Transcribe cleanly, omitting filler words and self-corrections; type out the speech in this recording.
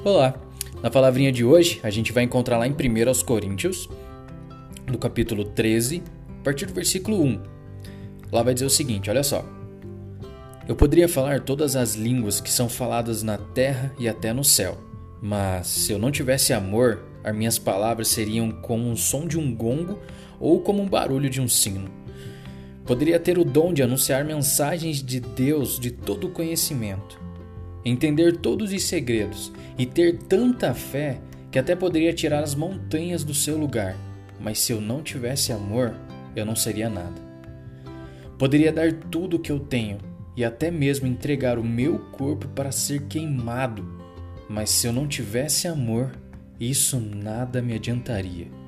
Olá! Na palavrinha de hoje, a gente vai encontrar lá em 1 Coríntios, no capítulo 13, a partir do versículo 1. Lá vai dizer o seguinte, olha só. Eu poderia falar todas as línguas que são faladas na terra e até no céu, mas se eu não tivesse amor, as minhas palavras seriam como um som de um gongo ou como um barulho de um sino. Poderia ter o dom de anunciar mensagens de Deus de todo o conhecimento, entender todos os segredos e ter tanta fé que até poderia tirar as montanhas do seu lugar, mas se eu não tivesse amor, eu não seria nada. Poderia dar tudo o que eu tenho e até mesmo entregar o meu corpo para ser queimado, mas se eu não tivesse amor, isso nada me adiantaria.